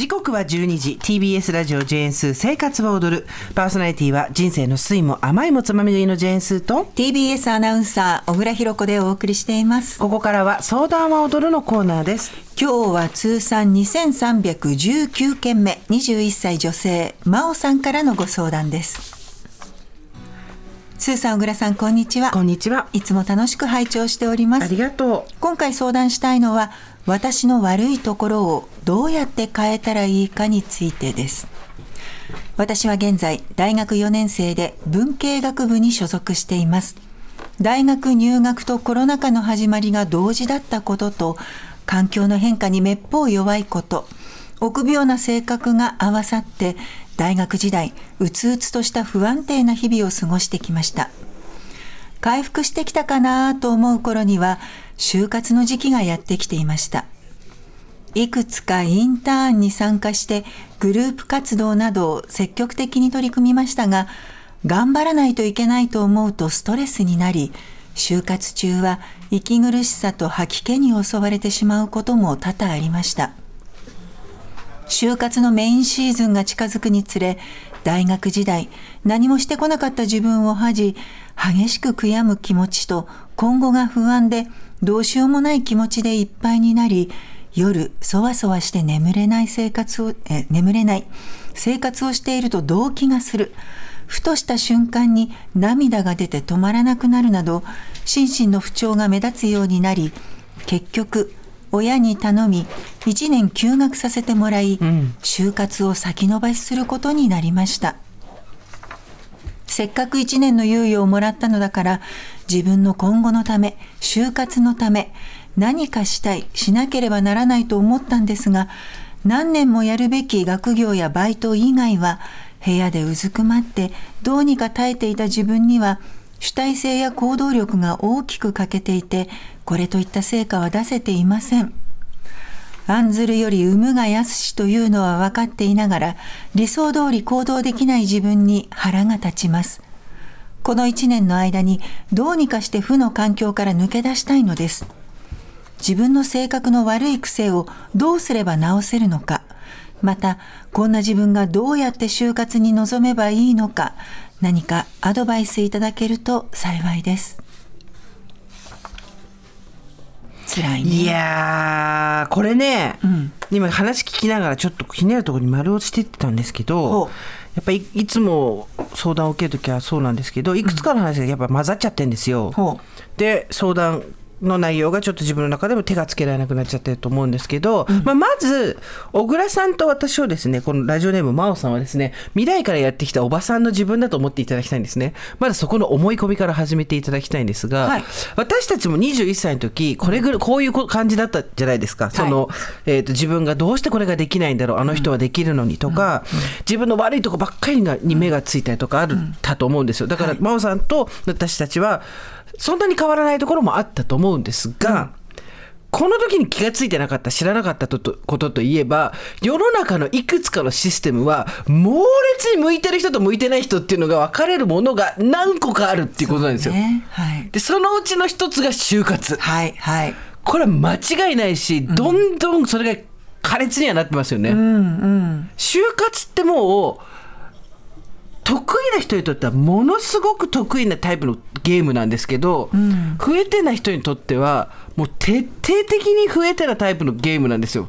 時刻は12時 TBS ラジオジェーンスー生活を踊る。パーソナリティは人生の酸いも甘いもつまみ食いのジェーンスーと TBS アナウンサー小倉弘子でお送りしています。 ここからは相談は踊るのコーナーです。 今日は通算2319件目、21歳女性真央さんからのご相談です。スーさん、小倉さん、こんにちは。 こんにちは。 いつも楽しく拝聴しております。 ありがとう。 今回相談したいのは、私の悪いところをどうやって変えたらいいかについてです。私は現在大学4年生で文系学部に所属しています。大学入学とコロナ禍の始まりが同時だったことと、環境の変化にめっぽう弱いこと、臆病な性格が合わさって、大学時代うつうつとした不安定な日々を過ごしてきました。回復してきたかなと思う頃には就活の時期がやってきていました。いくつかインターンに参加してグループ活動などを積極的に取り組みましたが、頑張らないといけないと思うとストレスになり、就活中は息苦しさと吐き気に襲われてしまうことも多々ありました。就活のメインシーズンが近づくにつれ、大学時代何もしてこなかった自分を恥じ、激しく悔やむ気持ちと今後が不安でどうしようもない気持ちでいっぱいになり、夜そわそわして眠れない生活をしていると動悸がする、ふとした瞬間に涙が出て止まらなくなるなど、心身の不調が目立つようになり、結局親に頼み1年休学させてもらい、就活を先延ばしすることになりました。せっかく1年の猶予をもらったのだから、自分の今後のため、就活のため何かしたい、しなければならないと思ったんですが、何年もやるべき学業やバイト以外は部屋でうずくまってどうにか耐えていた自分には主体性や行動力が大きく欠けていて、これといった成果は出せていません。案ずるより有無が易しというのは分かっていながら、理想通り行動できない自分に腹が立ちます。この1年の間にどうにかして負の環境から抜け出したいのです。自分の性格の悪い癖をどうすれば直せるのか、またこんな自分がどうやって就活に臨めばいいのか、何かアドバイスいただけると幸いです。辛いね。 いやー、これね、今話聞きながらちょっと気になるところに丸をしていってたんですけど、やっぱり いつも相談を受けるときはそうなんですけど、いくつかの話がやっぱ混ざっちゃってるんですよ。で、相談の内容がちょっと自分の中でも手がつけられなくなっちゃってると思うんですけど、まず小倉さんと私をですね、このラジオネーム真央さんはですね、未来からやってきたおばさんの自分だと思っていただきたいんですね。まずそこの思い込みから始めていただきたいんですが、私たちも21歳の時こういう感じだったじゃないですか。自分がどうしてこれができないんだろう、あの人はできるのにとか、自分の悪いとこばっかりに目がついたりとかあったと思うんですよ。だから真央さんと私たちはそんなに変わらないところもあったと思うんですが、この時に気がついてなかった、知らなかったことといえば、世の中のいくつかのシステムは猛烈に向いてる人と向いてない人っていうのが分かれるものが何個かあるっていうことなんですよ。で、そのうちの一つが就活。これは間違いないし、どんどんそれが苛烈にはなってますよね。就活ってもう得意な人にとってはものすごく得意なタイプのゲームなんですけど、不得手な人にとってはもう徹底的に不得手なタイプのゲームなんですよ。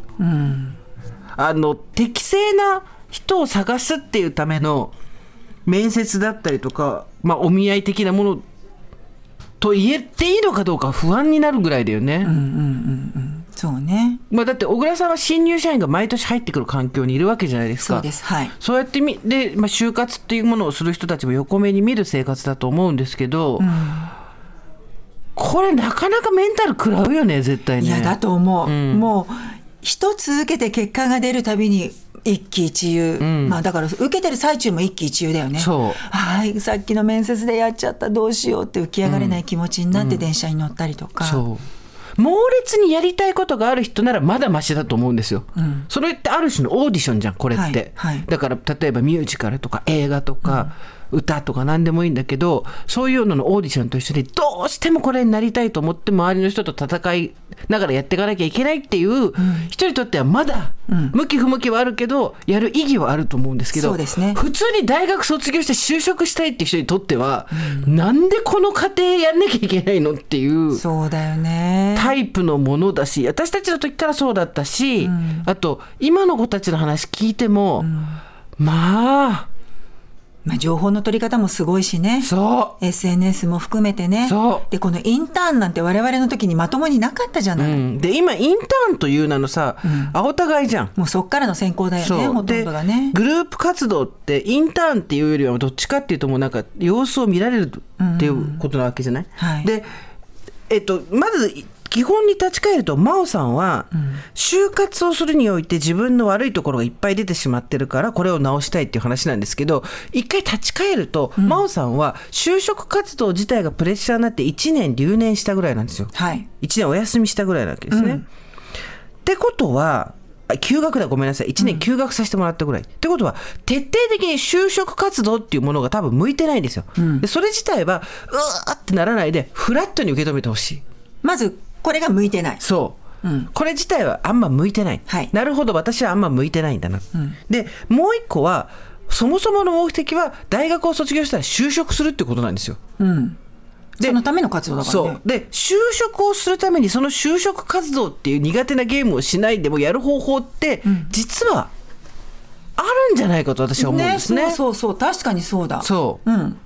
適正な人を探すっていうための面接だったりとか、お見合い的なものと言っていいのかどうか不安になるぐらいだよね。 そうね。 だって小倉さんは新入社員が毎年入ってくる環境にいるわけじゃないですか。 そうです。 そうやって就活っていうものをする人たちも横目に見る生活だと思うんですけど、これなかなかメンタル食らうよね、絶対ね。 いや、だと思う。もう一つ受けて結果が出るたびに一喜一憂、だから受けてる最中も一喜一憂だよね。さっきの面接でやっちゃった、どうしようって浮き上がれない気持ちになって電車に乗ったりとか、 猛烈にやりたいことがある人ならまだマシだと思うんですよ。それってある種のオーディションじゃん、これって。だから例えばミュージカルとか映画とか、 歌とか何でもいいんだけど、そういうののオーディションと一緒にどうしてもこれになりたいと思って周りの人と戦いながらやっていかなきゃいけないっていう、人にとってはまだ向き不向きはあるけどやる意義はあると思うんですけど、 そうですね、 普通に大学卒業して就職したいっていう人にとっては、なんでこの過程やんなきゃいけないのっていう、 そうだよね、 タイプのものだし、私たちの時からそうだったし、あと今の子たちの話聞いても、まあ情報の取り方もすごいしね。 そう SNS も含めてね。 そうでこのインターンなんて我々の時にまともになかったじゃない、 で今インターンという名のさ、青互いじゃん。 もうそっからの選考だよね、ほとんどがね。 グループ活動ってインターンっていうよりはどっちかっていうともうなんか様子を見られるっていうことなわけじゃない、 はい、 でまず基本に立ち返ると、真央さんは就活をするにおいて自分の悪いところがいっぱい出てしまってるからこれを直したいっていう話なんですけど、一回立ち返ると、真央さんは就職活動自体がプレッシャーになって1年留年したぐらいなんですよ、 はい、 1年お休みしたぐらいなわけですね、ってことは休学だ、ごめんなさい、1年休学させてもらったぐらい、ってことは徹底的に就職活動っていうものが多分向いてないんですよ、でそれ自体はうわーってならないでフラットに受け止めてほしい。 まずこれが向いてない。 そう、これ自体はあんま向いてない、 はい、 なるほど私はあんま向いてないんだな、でもう一個はそもそもの目的は大学を卒業したら就職するってことなんですよ、 でそのための活動だからね。 そうで就職をするためにその就職活動っていう苦手なゲームをしないでもやる方法って、実はあるんじゃないかと私は思うんですね。 そうそう確かにそうだ。 そう、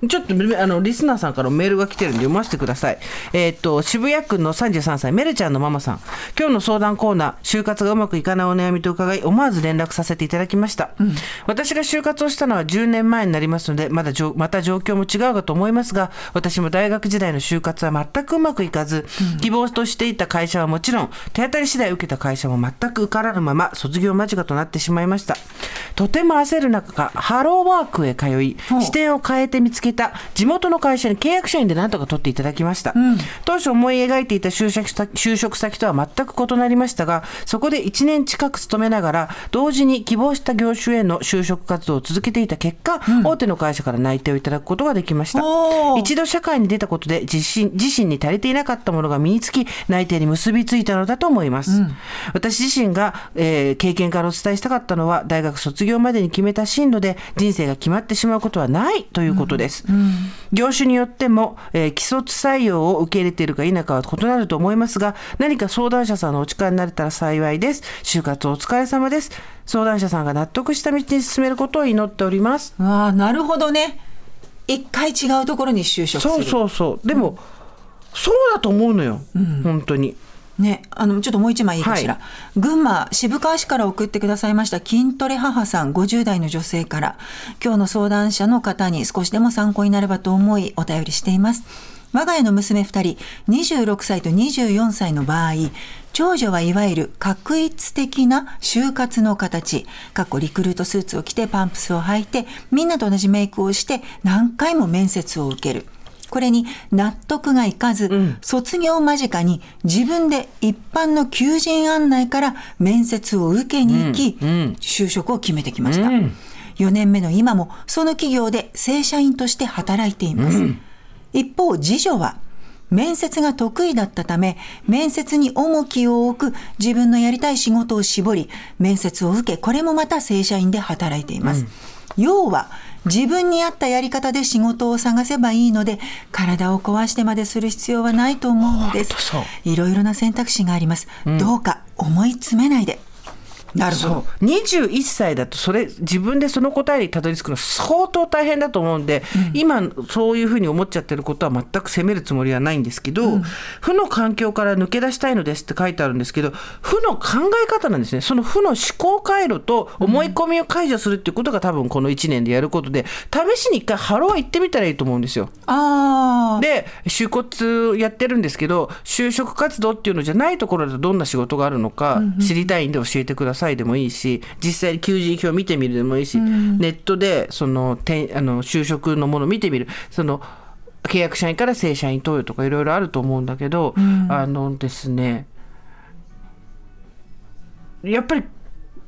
ちょっとリスナーさんからメールが来てるんで読ませてください。渋谷区の33歳メルちゃんのママさん、今日の相談コーナー、就活がうまくいかないお悩みと伺い思わず連絡させていただきました、私が就活をしたのは10年前になりますのでまた状況も違うかと思いますが、私も大学時代の就活は全くうまくいかず、希望としていた会社はもちろん手当たり次第受けた会社も全く受からぬまま卒業間近となってしまいました。とても焦る中、ハローワークへ通い、視点を変えて見つけた地元の会社に契約社員で何とか取っていただきました、当初思い描いていた就職先とは全く異なりましたが、そこで1年近く勤めながら同時に希望した業種への就職活動を続けていた結果、大手の会社から内定をいただくことができました。一度社会に出たことで自身に足りていなかったものが身につき内定に結びついたのだと思います、私自身が、経験からお伝えしたかったのは、大学卒業までに決めた進路で人生が決まってしまうことはないということです、業種によっても、既卒採用を受け入れているか否かは異なると思いますが、何か相談者さんのお力になれたら幸いです。就活お疲れ様です。相談者さんが納得した道に進めることを祈っております。 なるほどね。一回違うところに就職する。 そうでも、そうだと思うのよ、本当にね、ちょっともう一枚いいかしら、群馬渋川市から送ってくださいました筋トレ母さん50代の女性から、今日の相談者の方に少しでも参考になればと思いお便りしています。我が家の娘2人26歳と24歳の場合、長女はいわゆる画一的な就活の形、リクルートスーツを着てパンプスを履いてみんなと同じメイクをして何回も面接を受ける。これに納得がいかず、卒業間近に自分で一般の求人案内から面接を受けに行き、就職を決めてきました、4年目の今もその企業で正社員として働いています、一方次女は面接が得意だったため、面接に重きを置く自分のやりたい仕事を絞り面接を受け、これもまた正社員で働いています、要は自分に合ったやり方で仕事を探せばいいので、体を壊してまでする必要はないと思うのです。いろいろな選択肢があります、どうか思い詰めないで。なるほど。 21歳だと自分でその答えにたどり着くの相当大変だと思うんで、今そういうふうに思っちゃってることは全く責めるつもりはないんですけど、負の環境から抜け出したいのですって書いてあるんですけど、負の考え方なんですね。その負の思考回路と思い込みを解除するっていうことが多分この1年でやることで、試しに一回ハロー行ってみたらいいと思うんですよ。で就活やってるんですけど、就職活動っていうのじゃないところでどんな仕事があるのか知りたいんで教えてくださいでもいいし、実際に求人票見てみるでもいいし、ネットで就職のもの見てみる、契約社員から正社員登用とかいろいろあると思うんだけど、ですね、やっぱり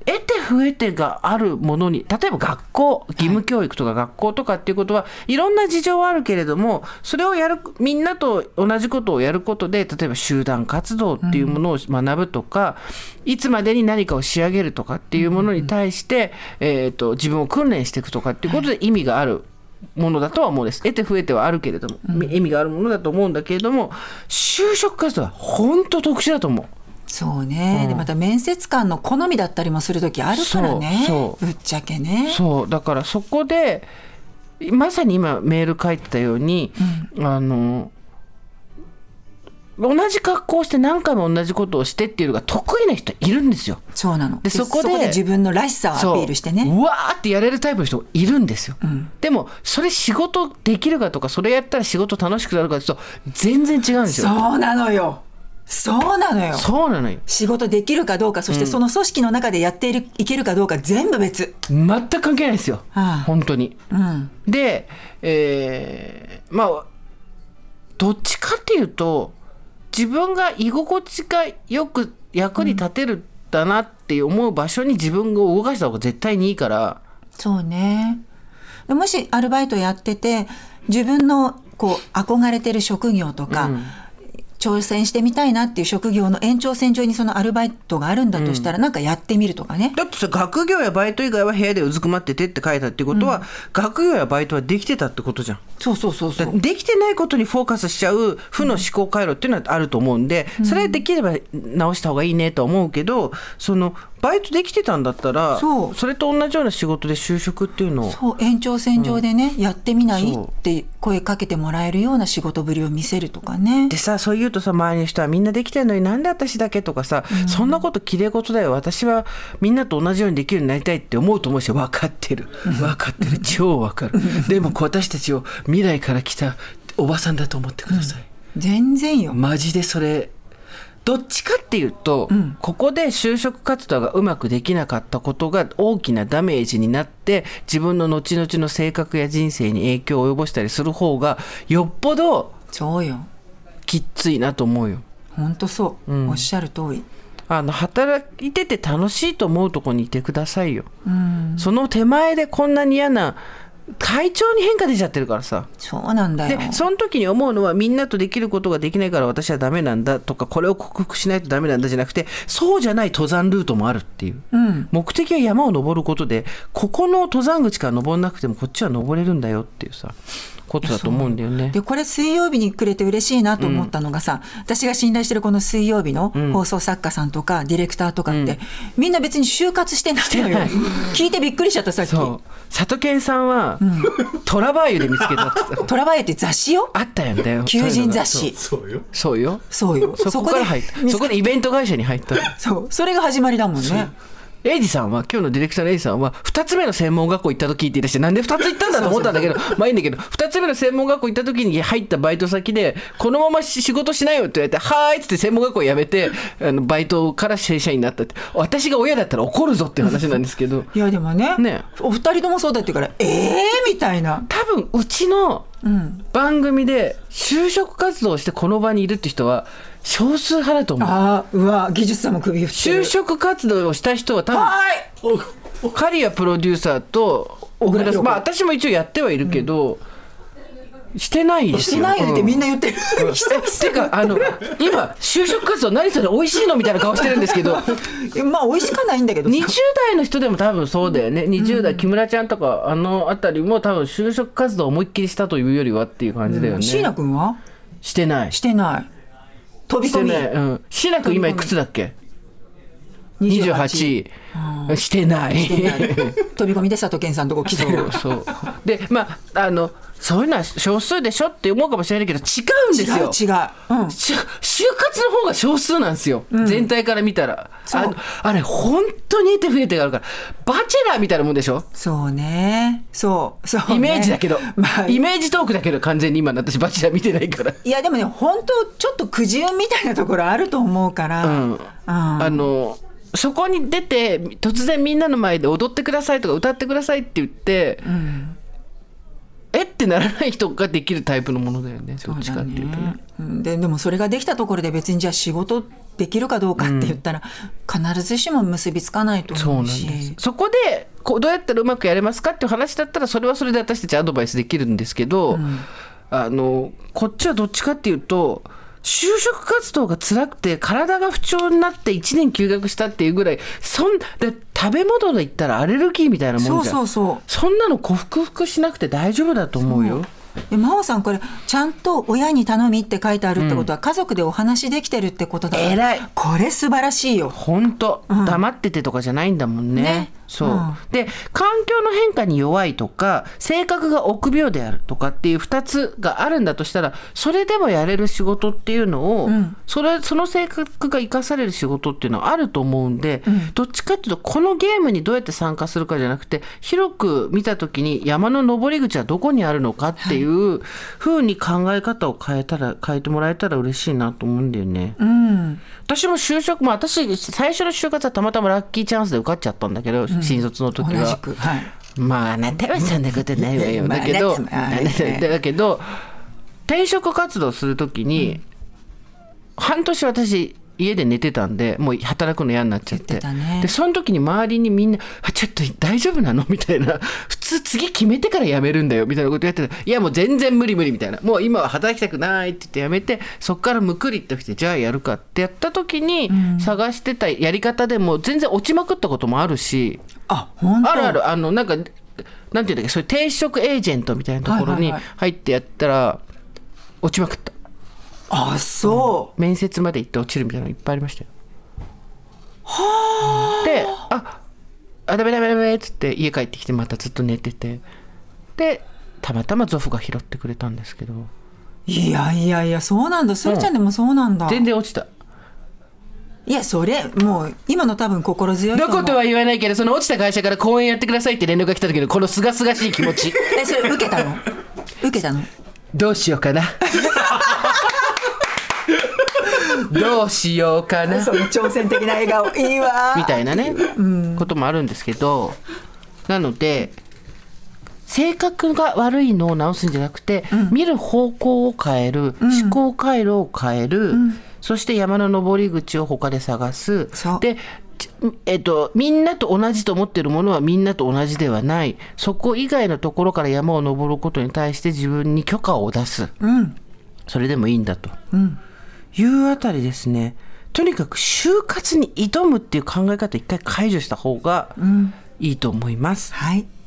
得て増えてがあるものに、例えば学校、義務教育とか学校とかっていうことは、いろんな事情はあるけれども、それをやる、みんなと同じことをやることで、例えば集団活動っていうものを学ぶとか、いつまでに何かを仕上げるとかっていうものに対して、自分を訓練していくとかっていうことで意味があるものだとは思うんです。得て増えてはあるけれども、意味があるものだと思うんだけれども、就職活動は本当特殊だと思う。 そうね、でまた面接官の好みだったりもする時あるからね。ぶっちゃけね。 そうだからそこでまさに今メール書いてたように、同じ格好をして何回も同じことをしてっていうのが得意な人いるんですよ。 そうなの。 でそこで自分のらしさをアピールしてね、 うわーってやれるタイプの人いるんですよ、でもそれ仕事できるかとか、それやったら仕事楽しくなるかというと全然違うんですよ。 そうなのよ。そうなのよ。 そうなのよ。 仕事できるかどうか、そしてその組織の中でやっていけるかどうか全部別。 全く関係ないですよ、本当に、で、まあどっちかっていうと自分が居心地がよく役に立てるだなって思う場所に自分を動かした方が絶対にいいから。 そうね。もしアルバイトやってて自分のこう憧れてる職業とか、挑戦してみたいなっていう職業の延長線上にそのアルバイトがあるんだとしたら、なんかやってみるとかね。 だってさ、学業やバイト以外は部屋でうずくまっててって書いたってことは、学業やバイトはできてたってことじゃん。 そうそうそうそう。 できてないことにフォーカスしちゃう負の思考回路っていうのはあると思うんで、それできれば直した方がいいねとは思うけど、そのバイトできてたんだったら それと同じような仕事で就職っていうのを、 そう延長線上でね、やってみないって声かけてもらえるような仕事ぶりを見せるとかね。 でさ、そう言うとさ、周りの人はみんなできてるのになんで私だけとかさ、そんなこときれい事だよ、私はみんなと同じようにできるようになりたいって思うと思うし、分かってる分かってる超分かるでも私たちを未来から来たおばさんだと思ってください、 全然よ。 マジでそれどっちかっていうと、ここで就職活動がうまくできなかったことが大きなダメージになって自分の後々の性格や人生に影響を及ぼしたりする方がよっぽどそうよ、 きっついなと思うよ。 本当そう、おっしゃる通り。 働いてて楽しいと思うところにいてくださいよ、その手前でこんなに嫌な体調に変化出ちゃってるからさ。 そうなんだよ。 でその時に思うのは、みんなとできることができないから私はダメなんだとか、これを克服しないとダメなんだじゃなくて、そうじゃない登山ルートもあるっていう、目的は山を登ることで、ここの登山口から登らなくてもこっちは登れるんだよっていうさことだと思うんだよね。 でこれ水曜日にくれて嬉しいなと思ったのがさ、私が信頼してるこの水曜日の放送作家さんとかディレクターとかって、みんな別に就活してないのよ。聞いてびっくりしちゃった。さっき佐藤健さんは、トラバーユで見つけたってトラバーユって雑誌よ。 あったよね、 求人雑誌。 そうよ。 そこから入った。そこでイベント会社に入った。 それが始まりだもんね。 エイジさんは、今日のディレクターのエイジさんは2つ目の専門学校行った時って言い出して、なんで2つ行ったんだと思ったんだけどまあいいんだけど、2つ目の専門学校行った時に入ったバイト先で、このまま仕事しないよって言われて、はーいっつって専門学校辞めてバイトから正社員になったって。私が親だったら怒るぞっていう話なんですけどいやでも ねお二人ともそうだって言うからみたいな。 多分うちの番組で就職活動してこの場にいるって人は少数派だと思う。 うわ、技術さんも首振ってる。 就職活動をした人は多分カリアプロデューサーと小倉さん、私も一応やってはいるけど、してないですよ。 してないよってみんな言ってる。 てか今就職活動何それ美味しいのみたいな顔してるんですけどまあ美味しかないんだけどさ、 20代の人でも多分そうだよね。20代、木村ちゃんとかあたりも多分就職活動を思いっきりしたというよりはっていう感じだよね。 椎名君はしてない。 飛び込み。 椎名君今いくつだっけ？28。してない。 飛び込みで佐藤健さんのとこ来てる。 そうでそういうのは少数でしょって思うかもしれないけど、違うんですよ。 違う、 就活の方が少数なんですよ、全体から見たら。あれ本当に得て増えてがあるから、バチェラーみたいなもんでしょ。 そうね、 イメージだけど、イメージトークだけど、完全に今の私バチェラー見てないから。 いやでもね、本当ちょっとくじ運みたいなところあると思うから、 そこに出て突然みんなの前で踊ってくださいとか歌ってくださいって言って、 ってならない人ができるタイプのものだよね。どっちかっていうとね。 でもそれができたところで別にじゃあ仕事できるかどうかって言ったら、必ずしも結びつかないと思うし。 そうなんです。そこでどうやったらうまくやれますかっていう話だったらそれはそれで私たちアドバイスできるんですけど、こっちはどっちかっていうと就職活動が辛くて体が不調になって1年休学したっていうぐらいで食べ物で言ったらアレルギーみたいなもんじゃん。そんなの克服しなくて大丈夫だと思うよ。 真央さんこれちゃんと親に頼みって書いてあるってことは、家族でお話できてるってことだから、 偉い。 これ素晴らしいよ。 本当、黙っててとかじゃないんだもんね。そう、で環境の変化に弱いとか性格が臆病であるとかっていう2つがあるんだとしたら、それでもやれる仕事っていうのを、その性格が生かされる仕事っていうのはあると思うんで、どっちかっていうとこのゲームにどうやって参加するかじゃなくて、広く見た時に山の登り口はどこにあるのかっていう風に考え方を変えてもらえたら嬉しいなと思うんだよね。私も就職、私最初の就活はたまたまラッキーチャンスで受かっちゃったんだけど、新卒の時は、まああなたはそんなことないわよ。だけど、だけど転職活動する時に、半年私家で寝てたんで、もう働くの嫌になっちゃって、でその時に周りにみんなちょっと大丈夫なのみたいな、普通次決めてから辞めるんだよみたいなことやってた。いやもう全然無理みたいな、もう今は働きたくないって言って辞めて、そっからむくりってきて、じゃあやるかってやった時に、探してたやり方でも全然落ちまくったこともあるし、 本当？ あるなんかなんていうんだっけ、そういう転職エージェントみたいなところに入ってやったら落ちまくった。 そう、 面接まで行って落ちるみたいなのいっぱいありましたよ。でダメっつって家帰ってきてまたずっと寝てて、でたまたまゾフが拾ってくれたんですけど。 いやそうなんだ。それちゃんでもそうなんだ。 全然落ちた。 いやそれもう今の多分心強いと思う。 どことは言わないけど、その落ちた会社から講演やってくださいって連絡が来た時のこのすがすがしい気持ちそれ受けたのどうしようかなどうしようかな、 その挑戦的な笑顔いいわみたいなね、こともあるんですけど、なので性格が悪いのを直すんじゃなくて、見る方向を変える、思考回路を変える、そして山の登り口を他で探す。でみんなと同じと思っているものはみんなと同じではない、そこ以外のところから山を登ることに対して自分に許可を出す、それでもいいんだと、いうあたりですね。とにかく就活に挑むっていう考え方一回解除した方がいいと思います。 はい。